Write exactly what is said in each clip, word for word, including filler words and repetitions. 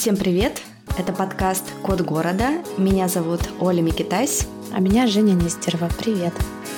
Всем привет! Это подкаст «Код города». Меня зовут Оля Микитась. А меня Женя Нестерова. Привет!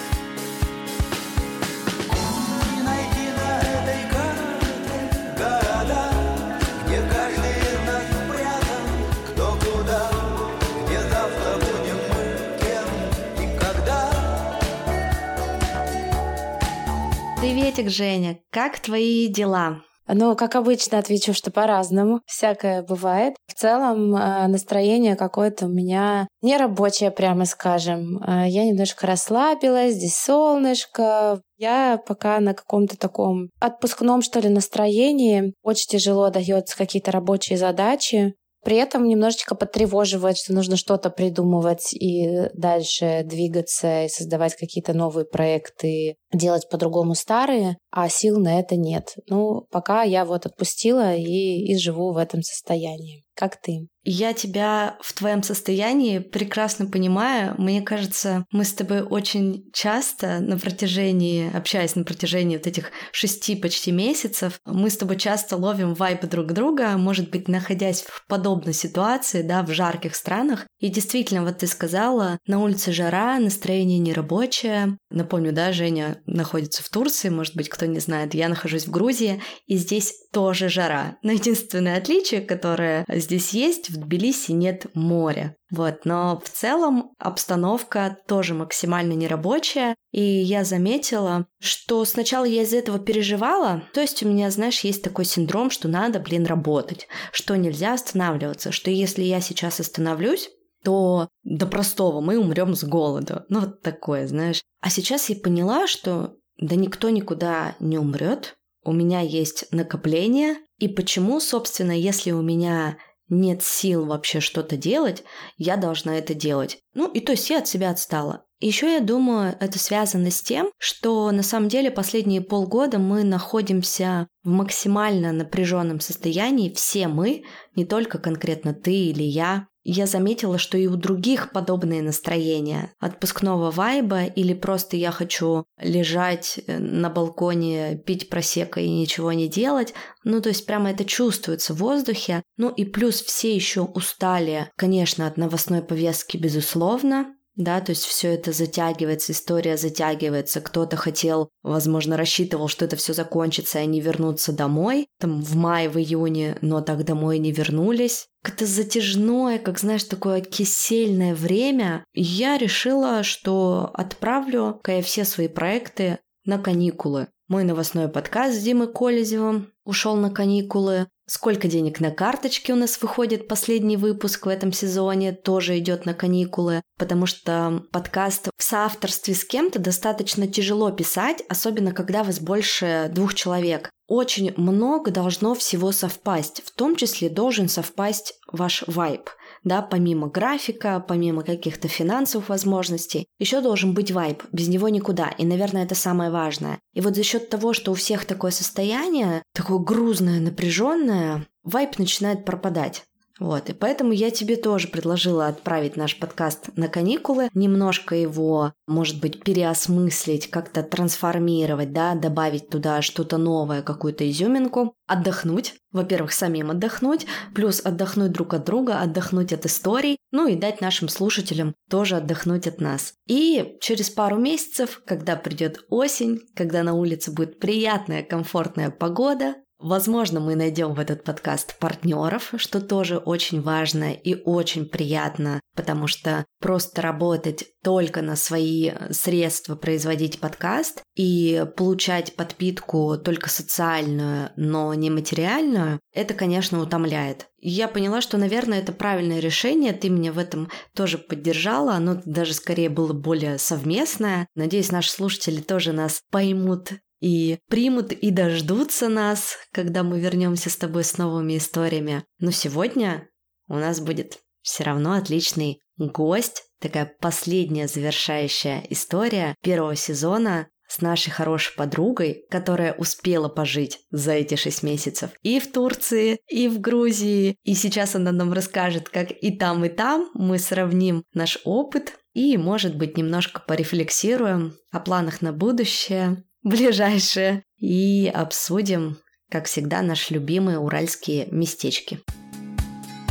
Приветик, Женя! Как твои дела? Ну, как обычно, отвечу, что по-разному. Всякое бывает. В целом, настроение какое-то у меня нерабочее, прямо скажем. Я немножко расслабилась, здесь солнышко. Я пока на каком-то таком отпускном, что ли, настроении. Очень тяжело дается какие-то рабочие задачи. При этом немножечко подтревоживает, что нужно что-то придумывать и дальше двигаться и создавать какие-то новые проекты, делать по-другому старые, а сил на это нет. Ну, пока я вот отпустила и, и живу в этом состоянии. Как ты? Я тебя в твоем состоянии прекрасно понимаю. Мне кажется, мы с тобой очень часто на протяжении, общаясь на протяжении вот этих шести почти месяцев, мы с тобой часто ловим вайбы друг друга, может быть, находясь в подобной ситуации, да, в жарких странах. И действительно, вот ты сказала, на улице жара, настроение нерабочее. Напомню, да, Женя находится в Турции, может быть, кто не знает, я нахожусь в Грузии, и здесь тоже жара. Но единственное отличие, которое здесь есть, в Тбилиси нет моря. Вот, но в целом обстановка тоже максимально нерабочая, и я заметила, что сначала я из-за этого переживала, то есть у меня, знаешь, есть такой синдром, что надо, блин, работать, что нельзя останавливаться, что если я сейчас остановлюсь, то до простого мы умрем с голоду. Ну, вот такое, знаешь. А сейчас я поняла, что да никто никуда не умрет. У меня есть накопление. И почему, собственно, если у меня нет сил вообще что-то делать, я должна это делать? Ну, и то есть я от себя отстала. Еще я думаю, это связано с тем, что на самом деле последние полгода мы находимся в максимально напряженном состоянии. Все мы, не только конкретно ты или я. Я заметила, что и у других подобные настроения. Отпускного вайба или просто я хочу лежать на балконе, пить просекко и ничего не делать. Ну, то есть прямо это чувствуется в воздухе. Ну и плюс все еще устали, конечно, от новостной повестки, безусловно. Да, то есть все это затягивается, история затягивается. Кто-то хотел, возможно, рассчитывал, что это все закончится, и они вернутся домой, там в мае, в июне, но так домой не вернулись. Как-то затяжное, как, знаешь, такое кисельное время. И я решила, что отправлю-ка я все свои проекты на каникулы. Мой новостной подкаст с Димой Колезевым ушел на каникулы. Сколько денег на карточке у нас выходит, последний выпуск в этом сезоне тоже идет на каникулы, потому что подкаст в соавторстве с кем-то достаточно тяжело писать, особенно когда вас больше двух человек. Очень много должно всего совпасть, в том числе должен совпасть ваш вайб. Да, помимо графика, помимо каких-то финансовых возможностей, еще должен быть вайб, без него никуда, и, наверное, это самое важное. И вот за счет того, что у всех такое состояние, такое грузное, напряженное, вайб начинает пропадать. Вот, и поэтому я тебе тоже предложила отправить наш подкаст на каникулы, немножко его, может быть, переосмыслить, как-то трансформировать, да, добавить туда что-то новое, какую-то изюминку, отдохнуть, во-первых, самим отдохнуть, плюс отдохнуть друг от друга, отдохнуть от историй, ну и дать нашим слушателям тоже отдохнуть от нас. И через пару месяцев, когда придет осень, когда на улице будет приятная, комфортная погода, возможно, мы найдем в этот подкаст партнеров, что тоже очень важно и очень приятно, потому что просто работать только на свои средства, производить подкаст и получать подпитку только социальную, но не материальную, это, конечно, утомляет. Я поняла, что, наверное, это правильное решение, ты меня в этом тоже поддержала, оно даже скорее было более совместное. Надеюсь, наши слушатели тоже нас поймут и примут, и дождутся нас, когда мы вернемся с тобой с новыми историями. Но сегодня у нас будет все равно отличный гость, такая последняя завершающая история первого сезона с нашей хорошей подругой, которая успела пожить за эти шесть месяцев и в Турции, и в Грузии. И сейчас она нам расскажет, как и там, и там мы сравним наш опыт и, может быть, немножко порефлексируем о планах на будущее, ближайшее, и обсудим, как всегда, наши любимые уральские местечки.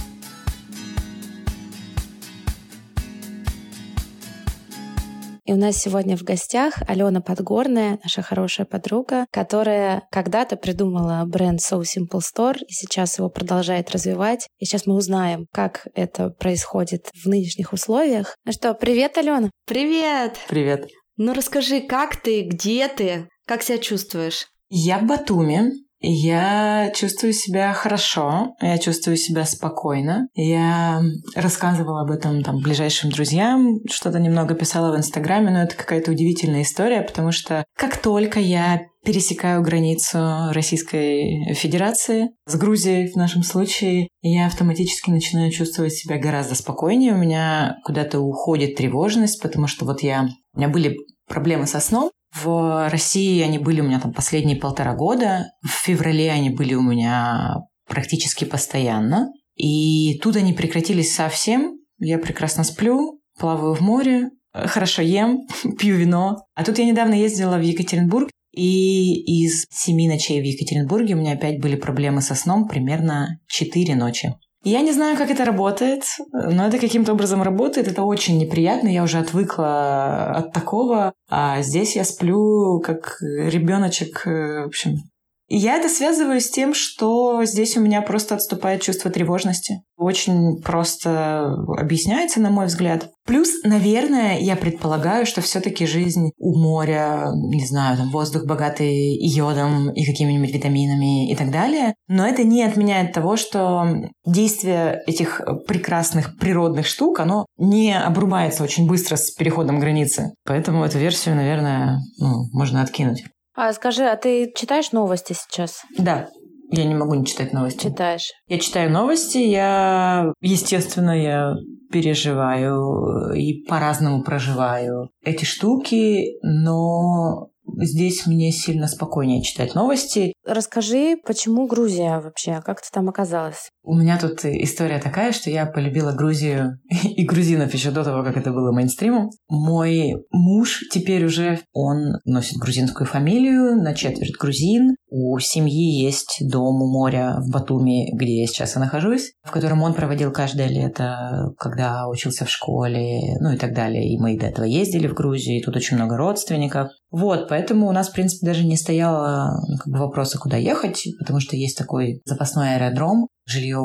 И у нас сегодня в гостях Алена Подгорная, наша хорошая подруга, которая когда-то придумала бренд So Simple Store и сейчас его продолжает развивать. И сейчас мы узнаем, как это происходит в нынешних условиях. Ну что, привет, Алена. Привет! Привет. Ну расскажи, как ты, где ты, как себя чувствуешь? Я в Батуми. Я чувствую себя хорошо, я чувствую себя спокойно. Я рассказывала об этом там ближайшим друзьям, что-то немного писала в Инстаграме, но это какая-то удивительная история, потому что как только я пересекаю границу Российской Федерации с Грузией в нашем случае, я автоматически начинаю чувствовать себя гораздо спокойнее. У меня куда-то уходит тревожность, потому что вот я... У меня были проблемы со сном. В России они были у меня там последние полтора года. В феврале они были у меня практически постоянно. И тут они прекратились совсем. Я прекрасно сплю, плаваю в море, хорошо ем, пью вино. А тут я недавно ездила в Екатеринбург, и из семи ночей в Екатеринбурге у меня опять были проблемы со сном, примерно четыре ночи. Я не знаю, как это работает, но это каким-то образом работает. Это очень неприятно. Я уже отвыкла от такого. А здесь я сплю как ребеночек. В общем, я это связываю с тем, что здесь у меня просто отступает чувство тревожности. Очень просто объясняется, на мой взгляд. Плюс, наверное, я предполагаю, что все-таки жизнь у моря, не знаю, там воздух богатый йодом и какими-нибудь витаминами и так далее. Но это не отменяет того, что действие этих прекрасных природных штук, оно не обрубается очень быстро с переходом границы. Поэтому эту версию, наверное, ну, можно откинуть. А скажи, а ты читаешь новости сейчас? Да. Я не могу не читать новости. Читаешь? Я читаю новости, я, естественно, я переживаю и по-разному проживаю эти штуки, но здесь мне сильно спокойнее читать новости. Расскажи, почему Грузия вообще? Как ты там оказалась? У меня тут история такая, что я полюбила Грузию и грузинов еще до того, как это было мейнстримом. Мой муж теперь уже, он носит грузинскую фамилию, на четверть грузин. У семьи есть дом у моря в Батуми, где я сейчас и нахожусь, в котором он проводил каждое лето, когда учился в школе, ну и так далее. И мы до этого ездили в Грузию, и тут очень много родственников. Вот, поэтому у нас, в принципе, даже не стояло как бы, вопроса, куда ехать, потому что есть такой запасной аэродром, жилье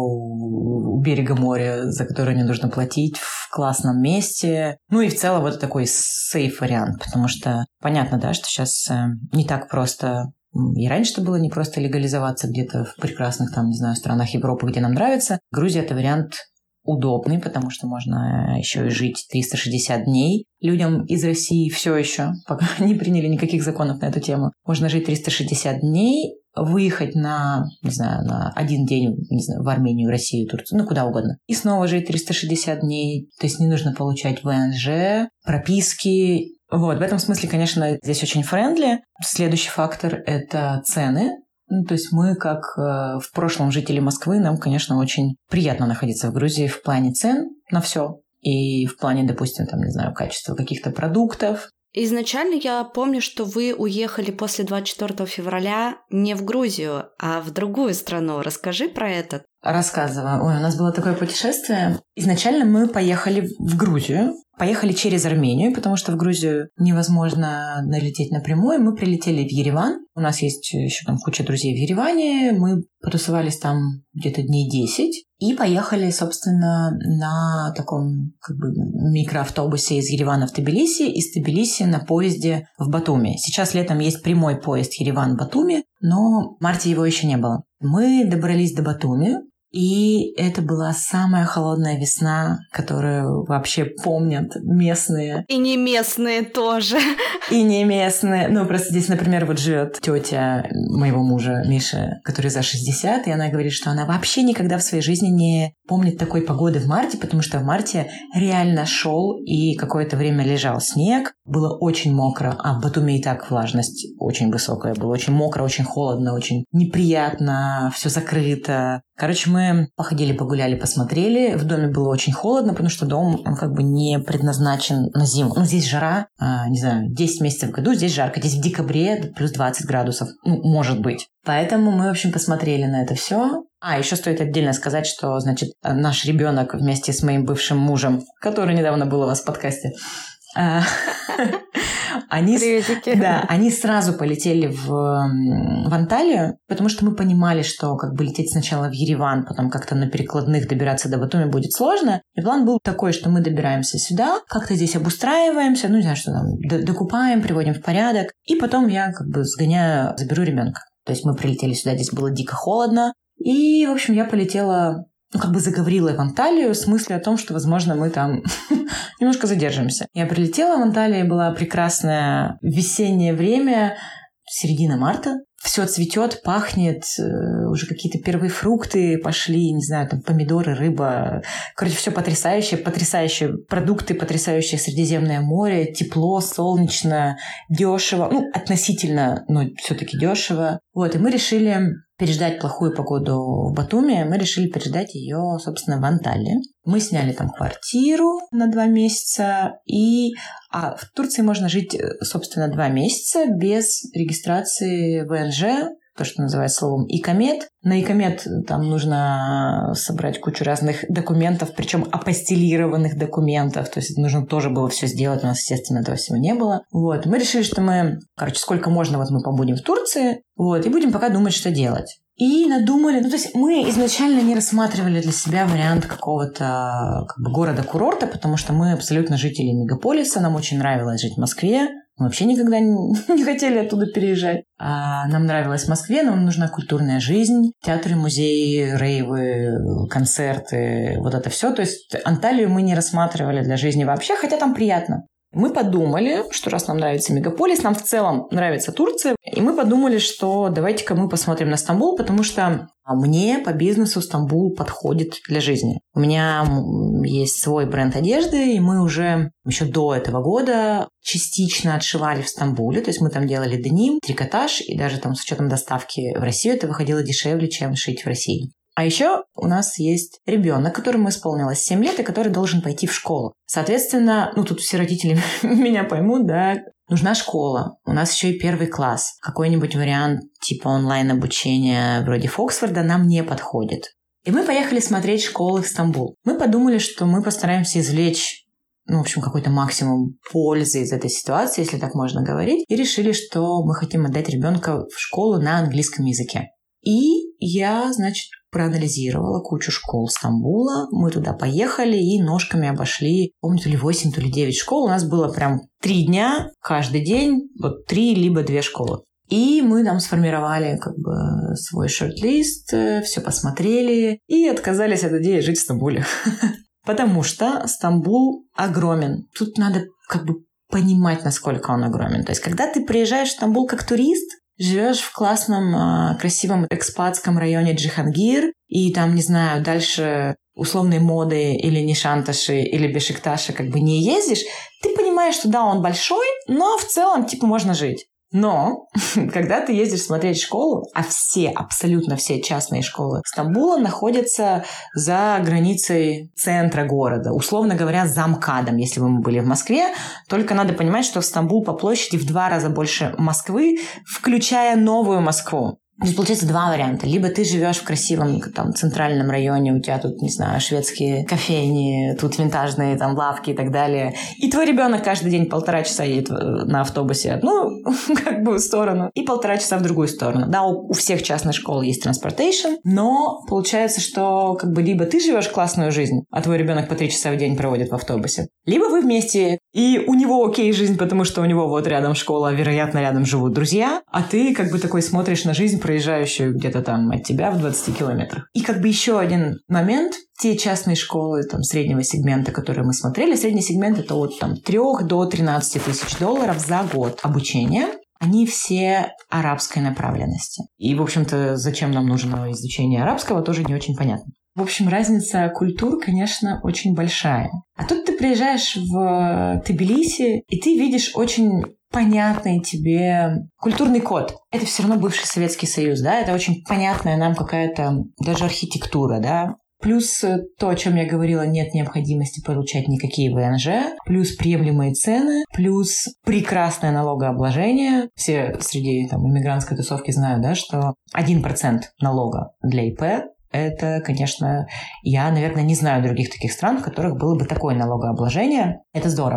у берега моря, за которое не нужно платить, в классном месте. Ну и в целом вот такой сейф-вариант, потому что понятно, да, что сейчас не так просто... И раньше-то было не просто легализоваться где-то в прекрасных, там, не знаю, странах Европы, где нам нравится. Грузия – это вариант удобный, потому что можно еще и жить триста шестьдесят дней. Людям из России все еще, пока не приняли никаких законов на эту тему, можно жить триста шестьдесят дней, выехать на, не знаю, на один день, не знаю, в Армению, Россию, Турцию, ну, куда угодно. И снова жить триста шестьдесят дней. То есть не нужно получать вэ эн жэ, прописки. Вот, в этом смысле, конечно, здесь очень френдли. Следующий фактор – это цены. Ну, то есть мы, как э, в прошлом жители Москвы, нам, конечно, очень приятно находиться в Грузии в плане цен на все. И в плане, допустим, там, не знаю, качества каких-то продуктов. Изначально я помню, что вы уехали после двадцать четвёртого февраля не в Грузию, а в другую страну. Расскажи про это. Рассказываю. Ой, у нас было такое путешествие. Изначально мы поехали в Грузию. Поехали через Армению, потому что в Грузию невозможно налететь напрямую. Мы прилетели в Ереван. У нас есть еще там куча друзей в Ереване. Мы потусовались там где-то дней десять. И поехали, собственно, на таком как бы микроавтобусе из Еревана в Тбилиси, из Тбилиси на поезде в Батуми. Сейчас летом есть прямой поезд Ереван-Батуми, но в марте его еще не было. Мы добрались до Батуми, и это была самая холодная весна, которую вообще помнят местные. И не местные тоже. И не местные. Ну, просто здесь, например, вот живет тетя моего мужа Миши, которой за шестьдесят, и она говорит, что она вообще никогда в своей жизни не помнит такой погоды в марте, потому что в марте реально шел и какое-то время лежал снег. Было очень мокро, а в Батуми и так влажность очень высокая. Было очень мокро, очень холодно, очень неприятно, все закрыто. Короче, мы походили, погуляли, посмотрели. В доме было очень холодно, потому что дом, он как бы не предназначен на зиму. Ну, здесь жара, а, не знаю, десять месяцев в году, здесь жарко. Здесь в декабре плюс двадцать градусов. Ну, может быть. Поэтому мы, в общем, посмотрели на это все. А, еще стоит отдельно сказать, что, значит, наш ребенок вместе с моим бывшим мужем, который недавно был у вас в подкасте, Они, да, они сразу полетели в, в Анталию, потому что мы понимали, что как бы лететь сначала в Ереван, потом как-то на перекладных добираться до Батуми будет сложно. И план был такой, что мы добираемся сюда, как-то здесь обустраиваемся, ну, не знаю, что там, докупаем, приводим в порядок. И потом я как бы сгоняю, заберу ребенка. То есть мы прилетели сюда, здесь было дико холодно. И, в общем, я полетела... ну, как бы заговорила в Анталию с мыслью о том, что, возможно, мы там немножко задержимся. Я прилетела в Анталию, было прекрасное весеннее время, середина марта. Все цветет, пахнет, уже какие-то первые фрукты пошли, не знаю, там помидоры, рыба. Короче, все потрясающее, потрясающие продукты, потрясающее Средиземное море, тепло, солнечно, дешево. Ну, относительно, но все-таки дешево. Вот, и мы решили переждать плохую погоду в Батуми, мы решили переждать ее, собственно, в Анталии. Мы сняли там квартиру на два месяца, и а в Турции можно жить, собственно, два месяца без регистрации вэ эн жэ, то, что называют словом икамет. На икамет там нужно собрать кучу разных документов, причем апостилированных документов, то есть нужно тоже было все сделать, у нас, естественно, этого всего не было. Вот. Мы решили, что мы, короче, сколько можно, вот мы побудем в Турции, вот, и будем пока думать, что делать. И надумали, ну, то есть мы изначально не рассматривали для себя вариант какого-то как бы города-курорта, потому что мы абсолютно жители мегаполиса, нам очень нравилось жить в Москве. Мы вообще никогда не хотели оттуда переезжать. А нам нравилось в Москве, нам нужна культурная жизнь, театры, музеи, рейвы, концерты, вот это все. То есть Анталию мы не рассматривали для жизни вообще, хотя там приятно. Мы подумали, что раз нам нравится мегаполис, нам в целом нравится Турция, и мы подумали, что давайте-ка мы посмотрим на Стамбул, потому что мне по бизнесу Стамбул подходит для жизни. У меня есть свой бренд одежды, и мы уже еще до этого года частично отшивали в Стамбуле, то есть мы там делали деним, трикотаж, и даже там с учетом доставки в Россию это выходило дешевле, чем шить в России. А еще у нас есть ребенок, которому исполнилось семь лет, и который должен пойти в школу. Соответственно, ну тут все родители меня поймут, да, нужна школа. У нас еще и первый класс. Какой-нибудь вариант типа онлайн-обучения вроде Фоксфорда нам не подходит. И мы поехали смотреть школы в Стамбул. Мы подумали, что мы постараемся извлечь, ну, в общем, какой-то максимум пользы из этой ситуации, если так можно говорить, и решили, что мы хотим отдать ребенка в школу на английском языке. И я, значит, проанализировала кучу школ Стамбула. Мы туда поехали и ножками обошли, помню, то ли восемь, то ли девять школ. У нас было прям три дня, каждый день, вот три либо две школы. И мы там сформировали как бы свой шорт-лист, все посмотрели и отказались от идеи жить в Стамбуле. Потому что Стамбул огромен. Тут надо как бы понимать, насколько он огромен. То есть, когда ты приезжаешь в Стамбул как турист, живешь в классном, красивом экспатском районе Джихангир, и там, не знаю, дальше условной моды или Нишанташи, или Бешикташи как бы не ездишь, ты понимаешь, что да, он большой, но в целом, типа, можно жить. Но когда ты ездишь смотреть школу, а все, абсолютно все частные школы Стамбула находятся за границей центра города, условно говоря, за МКАДом, если бы мы были в Москве, только надо понимать, что Стамбул по площади в два раза больше Москвы, включая Новую Москву. То есть, получается, два варианта. Либо ты живешь в красивом там, центральном районе, у тебя тут, не знаю, шведские кофейни, тут винтажные там лавки и так далее. И твой ребенок каждый день полтора часа едет на автобусе одну как бы сторону и полтора часа в другую сторону. Да, у, у всех частных школ есть транспортейшн, но получается, что как бы либо ты живешь классную жизнь, а твой ребенок по три часа в день проводит в автобусе, либо вы вместе, и у него окей жизнь, потому что у него вот рядом школа, вероятно, рядом живут друзья, а ты как бы такой смотришь на жизнь, проезжающую где-то там от тебя в двадцати километрах. И как бы еще один момент. Те частные школы там, среднего сегмента, которые мы смотрели, средний сегмент это от там, трёх до тринадцати тысяч долларов за год обучения. Они все арабской направленности. И, в общем-то, зачем нам нужно изучение арабского, тоже не очень понятно. В общем, разница культур, конечно, очень большая. А тут ты приезжаешь в Тбилиси, и ты видишь очень понятный тебе культурный код. Это все равно бывший Советский Союз, да? Это очень понятная нам какая-то даже архитектура, да? Плюс то, о чем я говорила, нет необходимости получать никакие вэ эн жэ, плюс приемлемые цены, плюс прекрасное налогообложение. Все среди там, иммигрантской тусовки знают, да, что один процент налога для и пэ – это, конечно, я, наверное, не знаю других таких стран, в которых было бы такое налогообложение. Это здорово.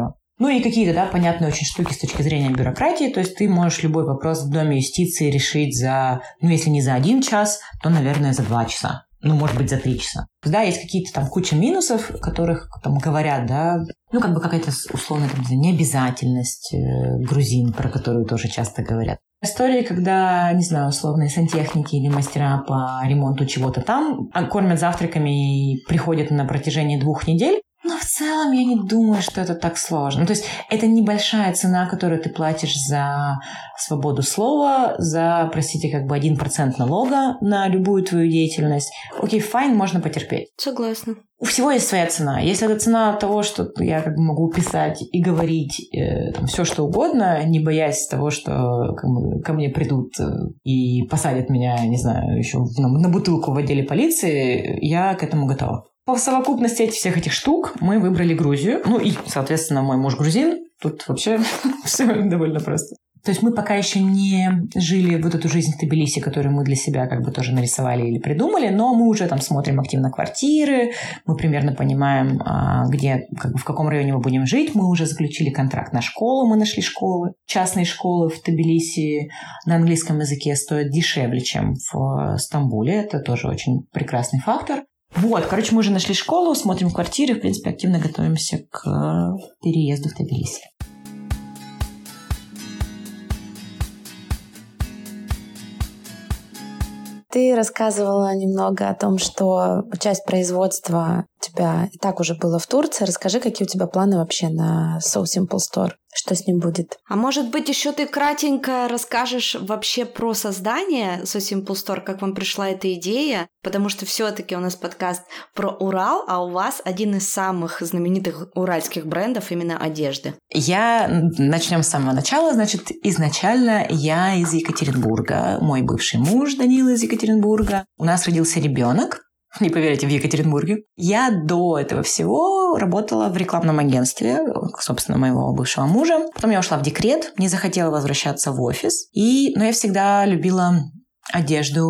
Ну и какие-то, да, понятные очень штуки с точки зрения бюрократии. То есть ты можешь любой вопрос в Доме юстиции решить за, ну если не за один час, то, наверное, за два часа. Ну, может быть, за три часа. Да, есть какие-то там куча минусов, которых там говорят, да, ну, как бы какая-то условная там, необязательность э, грузин, про которую тоже часто говорят. Истории, когда, не знаю, условные сантехники или мастера по ремонту чего-то там кормят завтраками и приходят на протяжении двух недель. Но в целом я не думаю, что это так сложно. Ну, то есть это небольшая цена, которую ты платишь за свободу слова, за, простите, как бы один процент налога на любую твою деятельность. Окей, файн, можно потерпеть. Согласна. У всего есть своя цена. Если это цена того, что я как бы могу писать и говорить э, там, все что угодно, не боясь того, что как бы, ко мне придут и посадят меня, не знаю, еще на, на бутылку в отделе полиции, я к этому готова. По совокупности этих всех этих штук мы выбрали Грузию. Ну и, соответственно, мой муж грузин. Тут вообще все довольно просто. То есть мы пока еще не жили вот эту жизнь в Тбилиси, которую мы для себя как бы тоже нарисовали или придумали, но мы уже там смотрим активно квартиры, мы примерно понимаем, где, как бы, в каком районе мы будем жить. Мы уже заключили контракт на школу, мы нашли школы. Частные школы в Тбилиси на английском языке стоят дешевле, чем в Стамбуле. Это тоже очень прекрасный фактор. Вот, короче, мы уже нашли школу, смотрим квартиры, в принципе, активно готовимся к переезду в Тбилиси. Ты рассказывала немного о том, что часть производства у тебя и так уже было в Турции. Расскажи, какие у тебя планы вообще на So Simple Store? Что с ним будет? А может быть, еще ты кратенько расскажешь вообще про создание So Simple Store, как вам пришла эта идея? Потому что все-таки у нас подкаст про Урал, а у вас один из самых знаменитых уральских брендов именно одежды. Я начнем с самого начала. Значит, изначально я из Екатеринбурга, мой бывший муж Данил из Екатеринбурга. У нас родился ребенок. Не поверите, в Екатеринбурге. Я до этого всего работала в рекламном агентстве, собственно, моего бывшего мужа. Потом я ушла в декрет, не захотела возвращаться в офис. И, но я всегда любила одежду,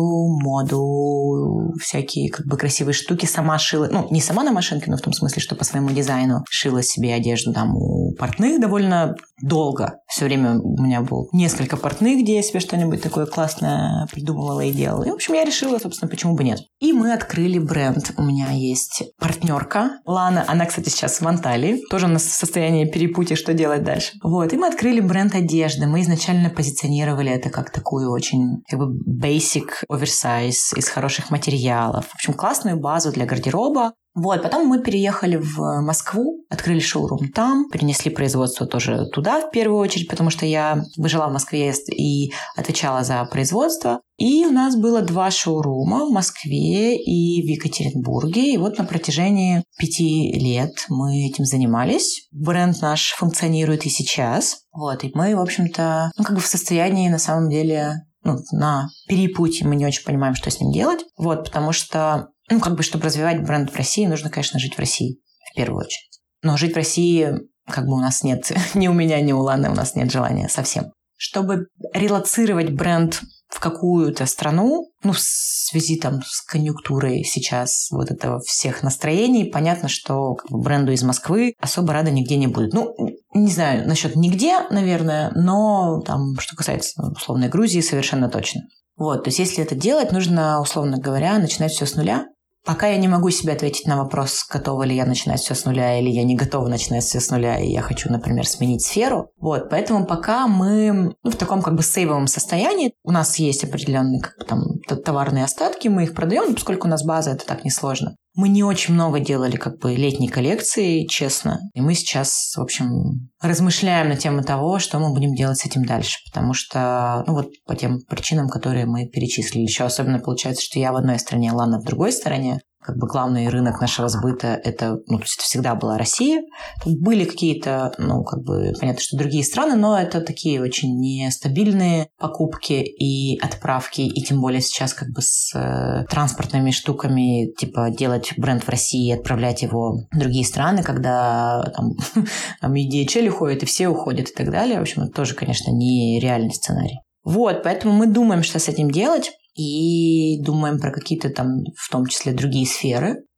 моду, всякие как бы красивые штуки. Сама шила, ну, не сама на машинке, но в том смысле, что по своему дизайну шила себе одежду там у портных довольно долго. Все время у меня было несколько портных, где я себе что-нибудь такое классное придумывала и делала. И, в общем, я решила, собственно, почему бы нет. И мы открыли бренд. У меня есть партнерка Лана. Она, кстати, сейчас в Анталии. Тоже у нас в состоянии перепутья, что делать дальше. Вот. И мы открыли бренд одежды. Мы изначально позиционировали это как такую очень как бы basic, оверсайз, из хороших материалов. В общем, классную базу для гардероба. Вот, потом мы переехали в Москву, открыли шоурум там, перенесли производство тоже туда в первую очередь, потому что я жила в Москве и отвечала за производство. И у нас было два шоурума в Москве и в Екатеринбурге. И вот на протяжении пяти лет мы этим занимались. Бренд наш функционирует и сейчас. Вот, и мы, в общем-то, ну, как бы в состоянии, на самом деле, ну, на перепутье мы не очень понимаем, что с ним делать. Вот, потому что Ну, как бы, чтобы развивать бренд в России, нужно, конечно, жить в России в первую очередь. Но жить в России, как бы, у нас нет, ни у меня, ни у Ланы, у нас нет желания совсем. Чтобы релоцировать бренд в какую-то страну, ну, в связи там с конъюнктурой сейчас вот этого всех настроений, понятно, что как бы, бренду из Москвы особо рада нигде не будет. Ну, не знаю насчет нигде, наверное, но там, что касается условной Грузии, совершенно точно. Вот, то есть если это делать, нужно, условно говоря, начинать все с нуля. Пока я не могу себе ответить на вопрос, готова ли я начинать все с нуля, или я не готова начинать все с нуля, и я хочу, например, сменить сферу. Вот, поэтому пока мы ну, в таком как бы сейвовом состоянии. У нас есть определенные как бы, там, товарные остатки, мы их продаем, поскольку у нас база, это так несложно. Мы не очень много делали как бы летней коллекции, честно. И мы сейчас, в общем, размышляем на тему того, что мы будем делать с этим дальше. Потому что, ну вот по тем причинам, которые мы перечислили. Еще особенно получается, что я в одной стране, Лана в другой стороне. Как бы главный рынок нашего сбыта – это, ну, то есть это всегда была Россия. Тут были какие-то, ну, как бы, понятно, что другие страны, но это такие очень нестабильные покупки и отправки, и тем более сейчас как бы с э, транспортными штуками, типа делать бренд в России и отправлять его в другие страны, когда там, там и ди эйч эл уходит, и все уходят и так далее. В общем, это тоже, конечно, не реальный сценарий. Вот, поэтому мы думаем, что с этим делать. И думаем про какие-то там, в том числе, другие сферы.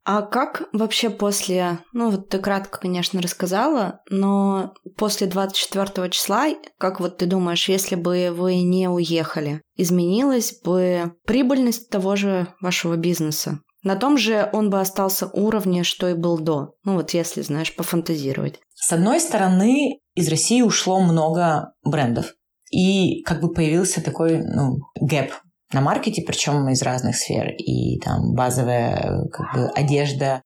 А как вообще после, ну вот ты кратко, конечно, рассказала, но после двадцать четвёртого числа, как вот ты думаешь, если бы вы не уехали, изменилась бы прибыльность того же вашего бизнеса? На том же он бы остался уровне, что и был до. Ну вот если, знаешь, пофантазировать. С одной стороны, из России ушло много брендов. И как бы появился такой, ну, гэп на маркете, причем из разных сфер. И там базовая как бы одежда,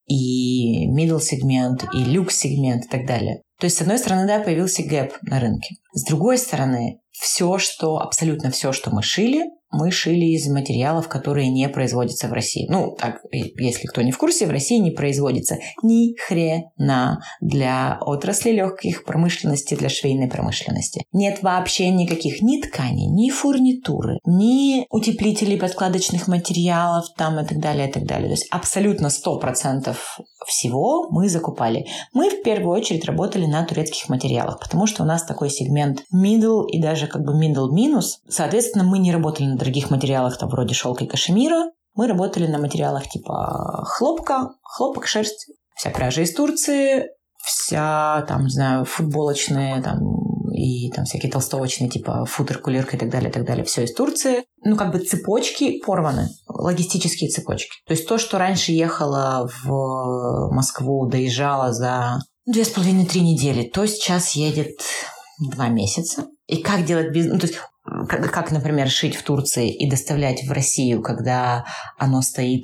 и middle сегмент, и люкс сегмент и так далее. То есть, с одной стороны, да, появился гэп на рынке. С другой стороны, все, что, абсолютно все, что мы шили, мы шили из материалов, которые не производятся в России. Ну, так, если кто не в курсе, в России не производится ни хрена для отрасли легких промышленности, для швейной промышленности. Нет вообще никаких ни тканей, ни фурнитуры, ни утеплителей подкладочных материалов там и так далее, и так далее. То есть абсолютно сто процентов всего мы закупали. Мы в первую очередь работали на турецких материалах, потому что у нас такой сегмент middle и даже как бы middle минус. Соответственно, мы не работали на дорогих материалах, там, вроде шелка и кашемира. Мы работали на материалах типа хлопка, хлопок, шерсть, вся пряжа из Турции, вся, там, не знаю, футболочные, там, и там всякие толстовочные, типа футер, кулирка и так далее, и так далее. Все из Турции. Ну, как бы цепочки порваны, логистические цепочки. То есть то, что раньше ехало в Москву, доезжало за две с половиной-три недели, то сейчас едет два месяца. И как делать бизнес? Ну, то есть как, как, например, шить в Турции и доставлять в Россию, когда оно стоит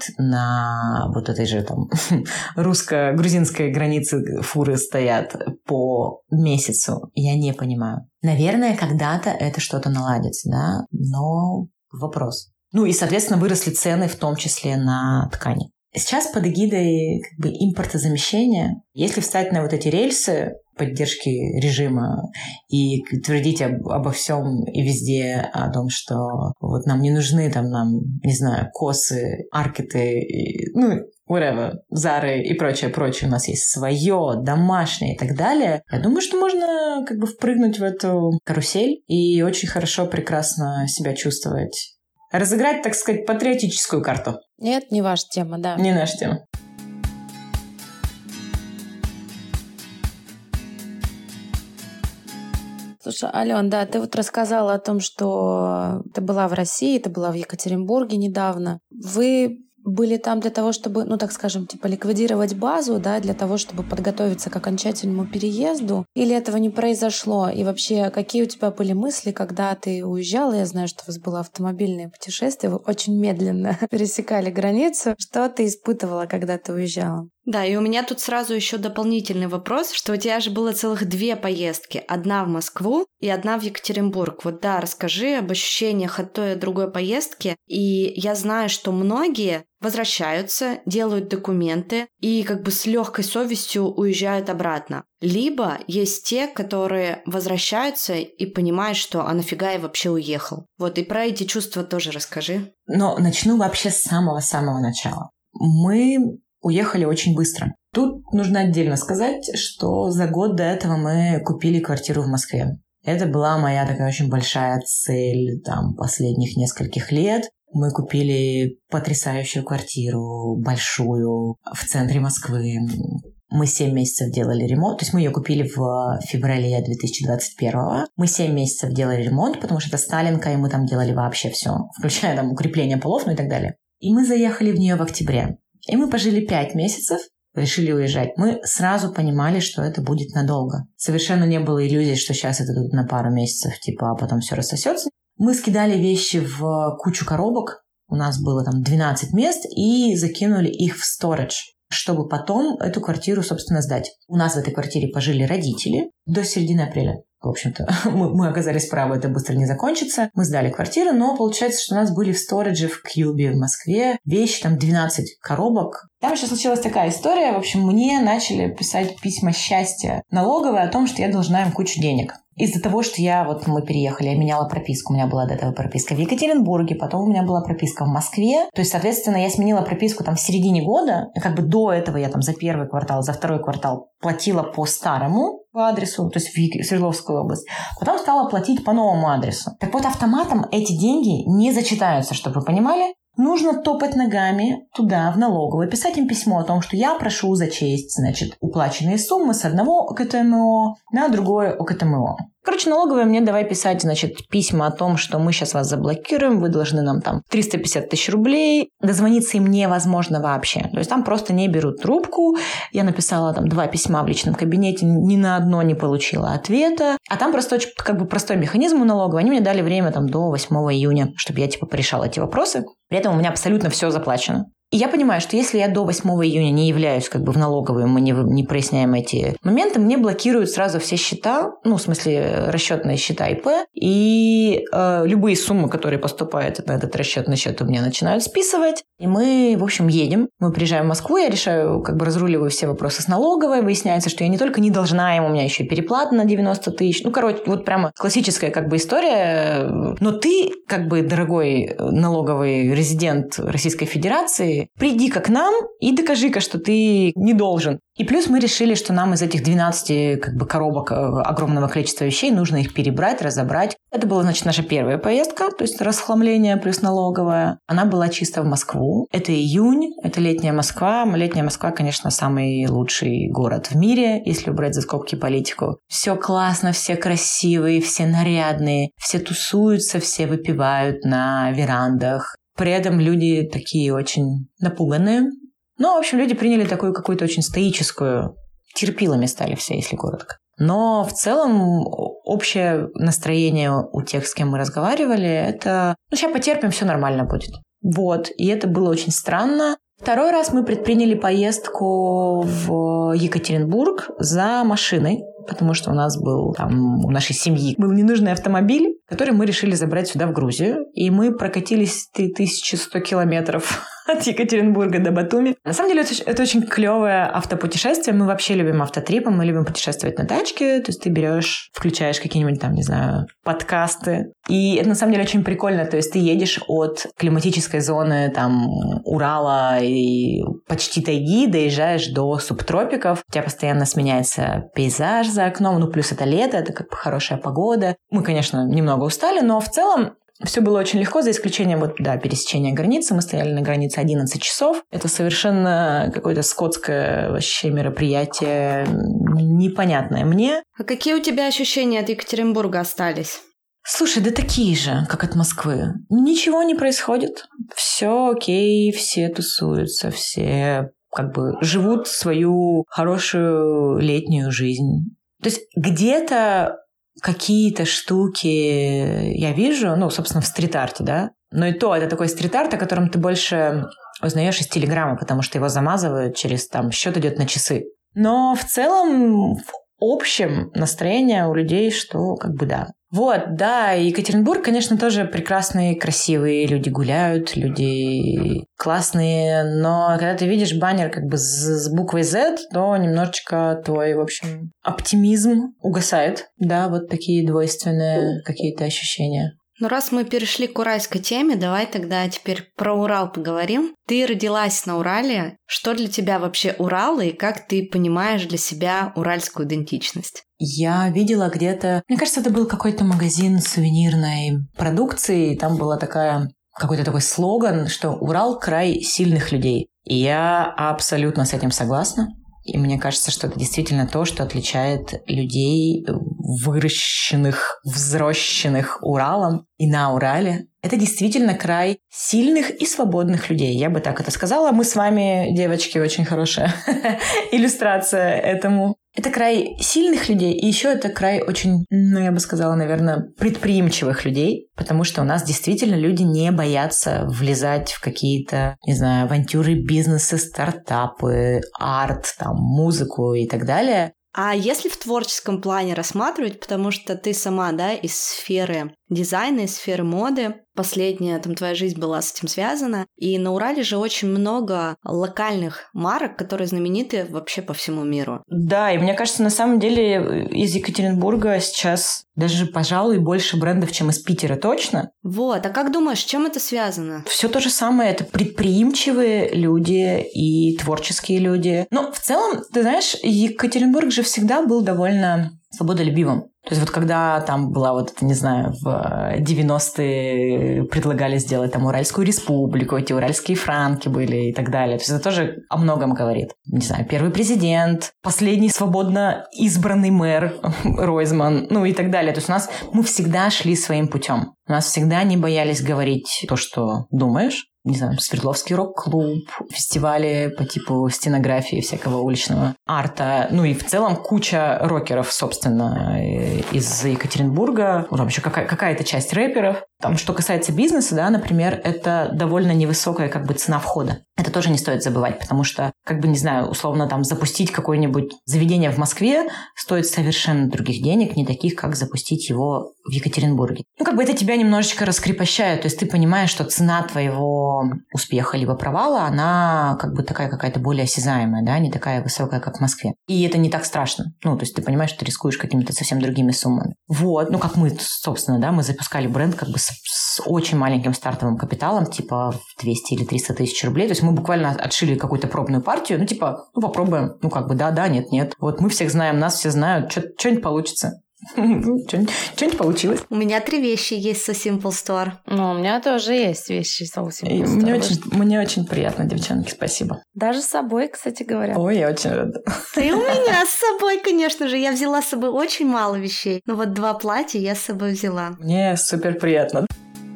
на вот этой же там русско-грузинской границе, фуры стоят по месяцу, я не понимаю. Наверное, когда-то это что-то наладится, да, но вопрос. Ну и, соответственно, выросли цены, в том числе на ткани. Сейчас под эгидой как бы импортозамещения, если встать на вот эти рельсы поддержки режима и твердить об, обо всем и везде о том, что вот нам не нужны там нам, не знаю, косы, аркеты, и, ну, whatever, Зары и прочее, прочее, у нас есть свое, домашнее и так далее, я думаю, что можно как бы впрыгнуть в эту карусель и очень хорошо, прекрасно себя чувствовать. Разыграть, так сказать, патриотическую карту. Нет, не ваша тема, да. Не наша тема. Слушай, Алён, да, ты вот рассказала о том, что ты была в России, ты была в Екатеринбурге недавно. Вы были там для того, чтобы, ну, так скажем, типа ликвидировать базу, да, для того, чтобы подготовиться к окончательному переезду? Или этого не произошло? И вообще, какие у тебя были мысли, когда ты уезжала? Я знаю, что у вас было автомобильное путешествие, вы очень медленно пересекали границу. Что ты испытывала, когда ты уезжала? Да, и у меня тут сразу еще дополнительный вопрос, что у тебя же было целых две поездки. Одна в Москву и одна в Екатеринбург. Вот да, расскажи об ощущениях от той и другой поездки. И я знаю, что многие возвращаются, делают документы и как бы с легкой совестью уезжают обратно. Либо есть те, которые возвращаются и понимают, что а нафига я вообще уехал. Вот и про эти чувства тоже расскажи. Но начну вообще с самого-самого начала. Мы уехали очень быстро. Тут нужно отдельно сказать, что за год до этого мы купили квартиру в Москве. Это была моя такая очень большая цель там, последних нескольких лет. Мы купили потрясающую квартиру, большую, в центре Москвы. Мы семь месяцев делали ремонт. То есть мы ее купили в феврале две тысячи двадцать первого. Мы семь месяцев делали ремонт, потому что это Сталинка, и мы там делали вообще все, включая там укрепление полов, ну и так далее. И мы заехали в нее в октябре. И мы пожили пять месяцев, решили уезжать. Мы сразу понимали, что это будет надолго. Совершенно не было иллюзий, что сейчас это тут на пару месяцев, типа, а потом все рассосется. Мы скидали вещи в кучу коробок. У нас было там двенадцать мест, и закинули их в сторидж, чтобы потом эту квартиру, собственно, сдать. У нас в этой квартире пожили родители до середины апреля. В общем-то, мы, мы оказались правы, это быстро не закончится. Мы сдали квартиру, но получается, что у нас были в сторидже в Кьюбе в Москве вещи, там двенадцать коробок. Там еще случилась такая история. В общем, мне начали писать письма счастья налоговые о том, что я должна им кучу денег. Из-за того, что я, вот мы переехали, я меняла прописку, у меня была до этого прописка в Екатеринбурге, потом у меня была прописка в Москве. То есть, соответственно, я сменила прописку там в середине года, и как бы до этого я там за первый квартал, за второй квартал платила по старому адресу, то есть в Свердловскую область. Потом стала платить по новому адресу. Так вот, автоматом эти деньги не зачитаются, чтобы вы понимали. нужно топать ногами туда, в налоговую, писать им письмо о том, что я прошу зачесть, значит, уплаченные суммы с одного ОКТМО на другое ОКТМО. Короче, налоговая мне давай писать, значит, письма о том, что мы сейчас вас заблокируем, вы должны нам там триста пятьдесят тысяч рублей. Дозвониться им невозможно вообще. То есть там просто не берут трубку. Я написала там два письма в личном кабинете, ни на одно не получила ответа. А там просто очень как бы простой механизм у налоговой. Они мне дали время там до восьмого июня, чтобы я типа порешала эти вопросы. При этом у меня абсолютно все заплачено. И я понимаю, что если я до восьмого июня не являюсь как бы в налоговую, мы не, не проясняем эти моменты, мне блокируют сразу все счета, ну, в смысле, расчетные счета ИП, и э, любые суммы, которые поступают на этот расчетный счет, у меня начинают списывать. И мы, в общем, едем. Мы приезжаем в Москву, я решаю, как бы разруливаю все вопросы с налоговой. Выясняется, что я не только не должна им, у меня еще и переплата на девяносто тысяч. Ну, короче, вот прямо классическая как бы история. Но ты, как бы, дорогой налоговый резидент Российской Федерации, приди-ка к нам и докажи-ка, что ты не должен. И плюс мы решили, что нам из этих двенадцати как бы, коробок огромного количества вещей нужно их перебрать, разобрать. Это была, значит, наша первая поездка, то есть расхламление плюс налоговая. Она была чисто в Москву. Это июнь, это летняя Москва. Летняя Москва, конечно, самый лучший город в мире, если убрать за скобки политику. Все классно, все красивые, все нарядные, все тусуются, все выпивают на верандах. При этом люди такие очень напуганные. Ну, в общем, люди приняли такую какую-то очень стоическую... Терпилами стали все, если коротко. Но в целом общее настроение у тех, с кем мы разговаривали, это... Ну, сейчас потерпим, все нормально будет. Вот. И это было очень странно. Второй раз мы предприняли поездку в Екатеринбург за машиной, потому что у нас был там, у нашей семьи был ненужный автомобиль, который мы решили забрать сюда, в Грузию. И мы прокатились три тысячи сто километров от Екатеринбурга до Батуми. На самом деле, это, это очень клевое автопутешествие. Мы вообще любим автотрипы, мы любим путешествовать на тачке. То есть ты берешь, включаешь какие-нибудь там, не знаю, подкасты. И это на самом деле очень прикольно. То есть ты едешь от климатической зоны там Урала и почти тайги, доезжаешь до субтропиков. У тебя постоянно сменяется пейзаж за окном. Ну, плюс это лето, это как бы хорошая погода. Мы, конечно, немного устали, но в целом все было очень легко, за исключением вот, да, пересечения границы. Мы стояли на границе одиннадцать часов. Это совершенно какое-то скотское вообще мероприятие, непонятное мне. А какие у тебя ощущения от Екатеринбурга остались? Слушай, да такие же, как от Москвы. Ничего не происходит. Все окей, все тусуются, все как бы живут свою хорошую летнюю жизнь. То есть где-то какие-то штуки я вижу, ну, собственно, в стрит-арте, да. Но и то, это такой стрит-арт, о котором ты больше узнаешь из Телеграма, потому что его замазывают через, там, счет идет на часы. Но в целом, в общем, настроение у людей, что как бы да. Вот, да, Екатеринбург, конечно, тоже прекрасные, красивые, люди гуляют, люди классные, но когда ты видишь баннер как бы с, с буквой Z, то немножечко твой, в общем, оптимизм угасает. Да, вот такие двойственные какие-то ощущения. Ну, раз мы перешли к уральской теме, давай тогда теперь про Урал поговорим. Ты родилась на Урале. Что для тебя вообще Урал и как ты понимаешь для себя уральскую идентичность? Я видела где-то... Мне кажется, это был какой-то магазин сувенирной продукции, и там была такая... какой-то такой слоган, что «Урал – край сильных людей». И я абсолютно с этим согласна. И мне кажется, что это действительно то, что отличает людей, выращенных, взрощенных Уралом и на Урале. Это действительно край сильных и свободных людей. Я бы так это сказала. Мы с вами, девочки, очень хорошая иллюстрация этому. Это край сильных людей, и еще это край очень, ну, я бы сказала, наверное, предприимчивых людей, потому что у нас действительно люди не боятся влезать в какие-то, не знаю, авантюры, бизнесы, стартапы, арт, там, музыку и так далее. А если в творческом плане рассматривать, потому что ты сама, да, из сферы дизайна, из сферы моды, последняя там твоя жизнь была с этим связана, и на Урале же очень много локальных марок, которые знамениты вообще по всему миру. Да, и мне кажется, на самом деле из Екатеринбурга сейчас даже, пожалуй, больше брендов, чем из Питера точно. Вот, а как думаешь, с чем это связано? Все то же самое, это предприимчивые люди и творческие люди. Но в целом, ты знаешь, Екатеринбург же всегда был довольно свободолюбивым. То есть вот когда там была вот, не знаю, в девяностые предлагали сделать там Уральскую республику, эти уральские франки были и так далее. То есть это тоже о многом говорит. Не знаю, первый президент, последний свободно избранный мэр Ройзман, ну и так далее. То есть у нас мы всегда шли своим путем. У нас всегда не боялись говорить то, что думаешь. Не знаю, Свердловский рок-клуб, фестивали по типу стенографии, всякого уличного арта. Ну и в целом куча рокеров, собственно, из Екатеринбурга. Ну, там еще какая- какая-то часть рэперов. Там, что касается бизнеса, да, например, это довольно невысокая как бы цена входа. Это тоже не стоит забывать, потому что, как бы, не знаю, условно там запустить какое-нибудь заведение в Москве стоит совершенно других денег, не таких, как запустить его в Екатеринбурге. Ну, как бы это тебя немножечко раскрепощает, то есть ты понимаешь, что цена твоего успеха либо провала, она как бы такая какая-то более осязаемая, да, не такая высокая, как в Москве. И это не так страшно. Ну, то есть ты понимаешь, что ты рискуешь какими-то совсем другими суммами. Вот, ну, как мы, собственно, да, мы запускали бренд как бы с, с очень маленьким стартовым капиталом, типа в двести или триста тысяч рублей. То есть мы буквально отшили какую-то пробную партию, ну, типа, ну, попробуем. Ну, как бы, да, да, нет, нет. Вот мы всех знаем, нас все знают, что-нибудь получится. Что-нибудь получилось. У меня три вещи есть со Simple Store. Ну, у меня тоже есть вещи со Simple Store. Мне очень, мне очень приятно, девчонки, спасибо. Даже с собой, кстати говоря. Ой, я очень рада. И у меня с собой, конечно же. Я взяла с собой очень мало вещей. Но вот два платья я с собой взяла. Мне супер приятно.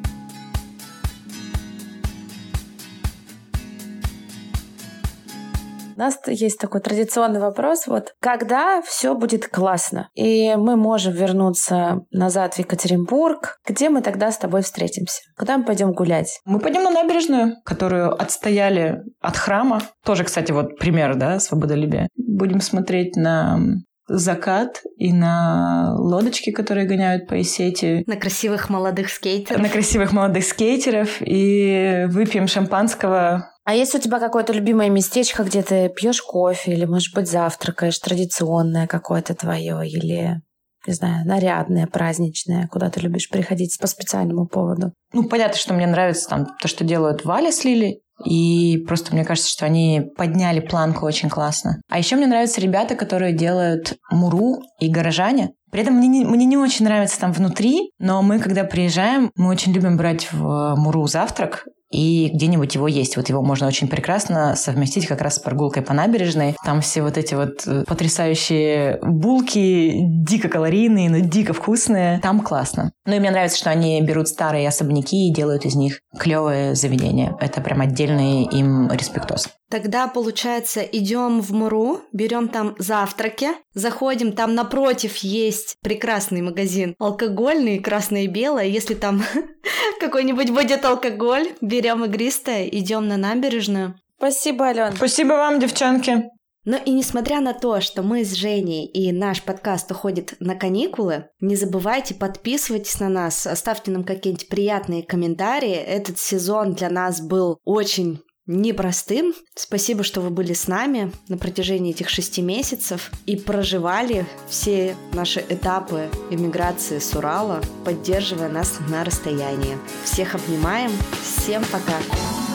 У нас есть такой традиционный вопрос. Вот когда все будет классно, и мы можем вернуться назад в Екатеринбург, где мы тогда с тобой встретимся? Куда мы пойдем гулять? Мы пойдем на набережную, которую отстояли от храма. Тоже, кстати, вот пример, да, свободолюбия. Будем смотреть на закат и на лодочки, которые гоняют по Исети. На красивых молодых скейтеров. На красивых молодых скейтеров. И выпьем шампанского. А есть у тебя какое-то любимое местечко, где ты пьешь кофе или, может быть, завтракаешь, традиционное какое-то твое, или, не знаю, нарядное, праздничное, куда ты любишь приходить по специальному поводу? Ну, понятно, что мне нравится там то, что делают Валя с Лилей. И просто мне кажется, что они подняли планку очень классно. А еще мне нравятся ребята, которые делают муру и горожане. При этом мне не, мне не очень нравится там внутри, но мы, когда приезжаем, мы очень любим брать в муру завтрак и где-нибудь его есть. Вот его можно очень прекрасно совместить как раз с прогулкой по набережной. Там все вот эти вот потрясающие булки, дико калорийные, но дико вкусные. Там классно. Ну и мне нравится, что они берут старые особняки и делают из них клевые заведения. Это прям отдельный им респектоз. Тогда, получается, идем в Муру, берем там завтраки, заходим, там напротив есть прекрасный магазин алкогольный, красное и белое. Если там какой-нибудь будет алкоголь, берем игристое, идем на набережную. Спасибо, Алена. Спасибо вам, девчонки. Но и несмотря на то, что мы с Женей и наш подкаст уходит на каникулы, не забывайте, подписывайтесь на нас, оставьте нам какие-нибудь приятные комментарии. Этот сезон для нас был очень непростым. Спасибо, что вы были с нами на протяжении этих шести месяцев и проживали все наши этапы эмиграции с Урала, поддерживая нас на расстоянии. Всех обнимаем. Всем пока!